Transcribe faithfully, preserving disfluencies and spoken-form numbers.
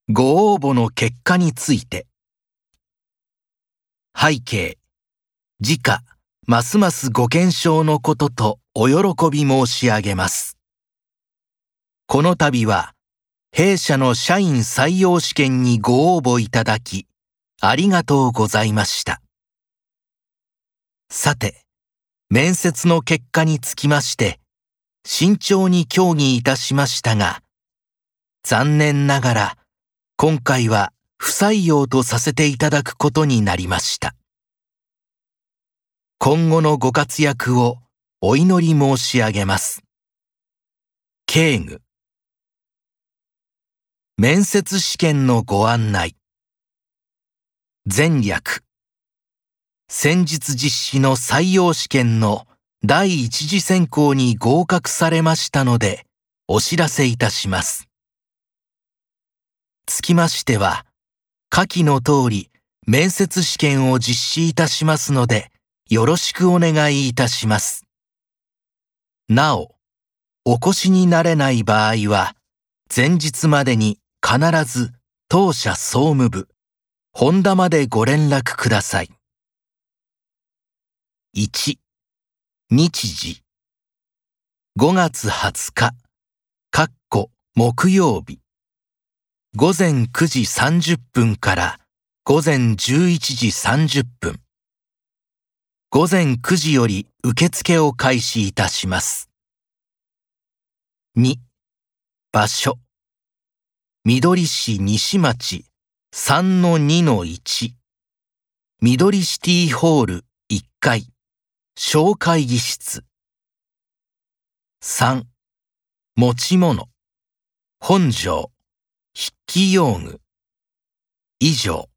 ご応募の結果について。背景、次下、ますますご健勝のこととお喜び申し上げます。この度は、弊社の社員採用試験にご応募いただき、ありがとうございました。さて、面接の結果につきまして、慎重に協議いたしましたが、残念ながら、今回は不採用とさせていただくことになりました。今後のご活躍をお祈り申し上げます。警具。面接試験のご案内。前略。先日実施の採用試験の第一次選考に合格されましたので、お知らせいたします。つきましては、下記の通り面接試験を実施いたしますので、よろしくお願いいたします。なお、お越しになれない場合は、前日までに必ず当社総務部、本田までご連絡ください。いち、日時。ごがつはつか、かっこ木曜日。ごぜんくじさんじゅっぷんからごぜんじゅういちじさんじゅっぷん。ごぜんくじより受付を開始いたします。に、場所。緑市西町 さんのにのいち。緑シティホールいっかい。小会議室。さん、持ち物。本庄。筆記用具。以上。